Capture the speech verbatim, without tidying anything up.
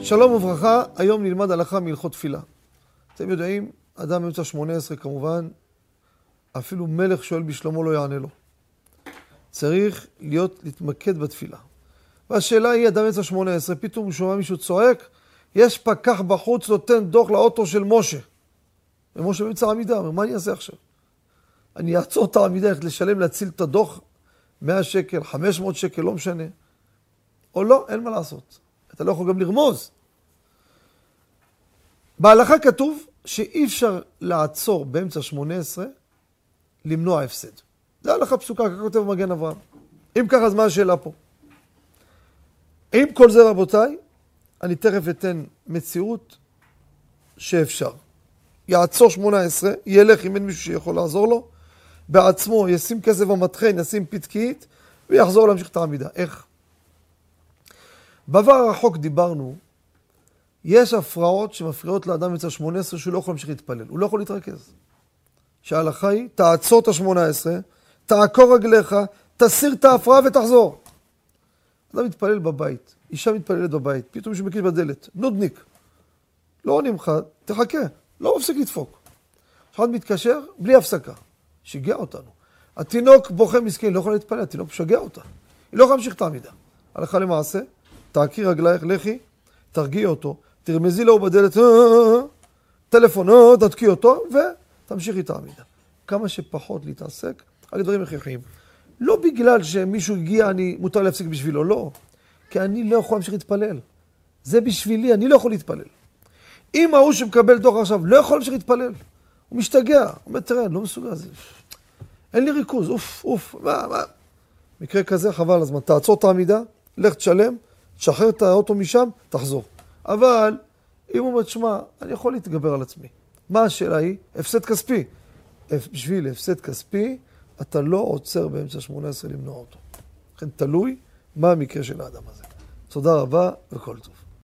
שלום וברכה, היום נלמד הלכה מהלכות תפילה. אתם יודעים, אדם באמצע שמונה עשרה כמובן, אפילו מלך שואל בשלומו לא יענה לו. צריך להיות, להתמקד בתפילה. והשאלה היא, אדם באמצע שמונה עשרה, פתאום הוא שומע מישהו צועק, יש פקח בחוץ נותן דוח לאוטו של משה. ומשה באמצע עמידה, אומר, מה אני אעשה עכשיו? אני אעצור את העמידה, איך לשלם, להציל את הדוח, מאה שקל, חמש מאות שקל, לא משנה. או לא, אין מה לעשות. אתה לא יכול גם לרמוז. בהלכה כתוב שאי אפשר לעצור באמצע שמונה עשרה למנוע הפסד. זה הלכה פסוקה, כך כותב מגן אברהם. אם ככה, אז מה השאלה פה? עם כל זה, רבותיי, אני תכף אתן מציאות שאפשר. יעצור שמונה עשרה, ילך אם אין מישהו שיכול לעזור לו, בעצמו ישים כסף במטחן, ישים פתקית, ויחזור להמשיך את העמידה. איך? בעבר הרחוק דיברנו, יש הפרעות שמפריעות לאדם באמצע שמונה עשרה שהוא לא יכול להמשיך להתפלל, הוא לא יכול להתרכז. שההלכה היא, תעצור את ה-שמונה עשרה, תעקור רגליך, תסיר את ההפרעה ותחזור. אדם מתפלל בבית, אישה מתפללת בבית, פתאום מישהו מקיש בדלת, נודניק. לא עונים לך, תחכה, לא מפסיק לדפוק. אחד מתקשר בלי הפסקה, שיגע אותנו. התינוק בוכה מסכן, לא יכול להתפלל, התינוק משגע אותה. היא לא יכולה להמשיך את העמידה. הלכה למעשה, תעקי רגלייך, לכי, תרגיע אותו, תרמזי לו בדלת, טלפון, תתקי אותו, ותמשיכי את העמידה. כמה שפחות להתעסק, על דברים הכרחיים. לא בגלל שמישהו הגיע, אני מותר להפסיק בשבילו, לא. כי אני לא יכול להמשיך להתפלל. זה בשבילי, אני לא יכול להתפלל. אם ההוא שמקבל דוח עכשיו לא יכול להמשיך להתפלל, הוא משתגע. הוא אומר, תראה, אני לא מסוגל, זה... אין לי ריכוז, אוף, אוף, מה, מה. מקרה כזה, חבל הזמן, תעצור את העמידה, לך תשלם, תשחרר את האוטו משם, תחזור. אבל, אם הוא אומר, תשמע, אני יכול להתגבר על עצמי. מה השאלה היא? הפסד כספי. בשביל הפסד כספי, אתה לא עוצר באמצע שמונה עשרה למנוע אותו. לכן תלוי מה המקרה של האדם הזה. תודה רבה וכל טוב.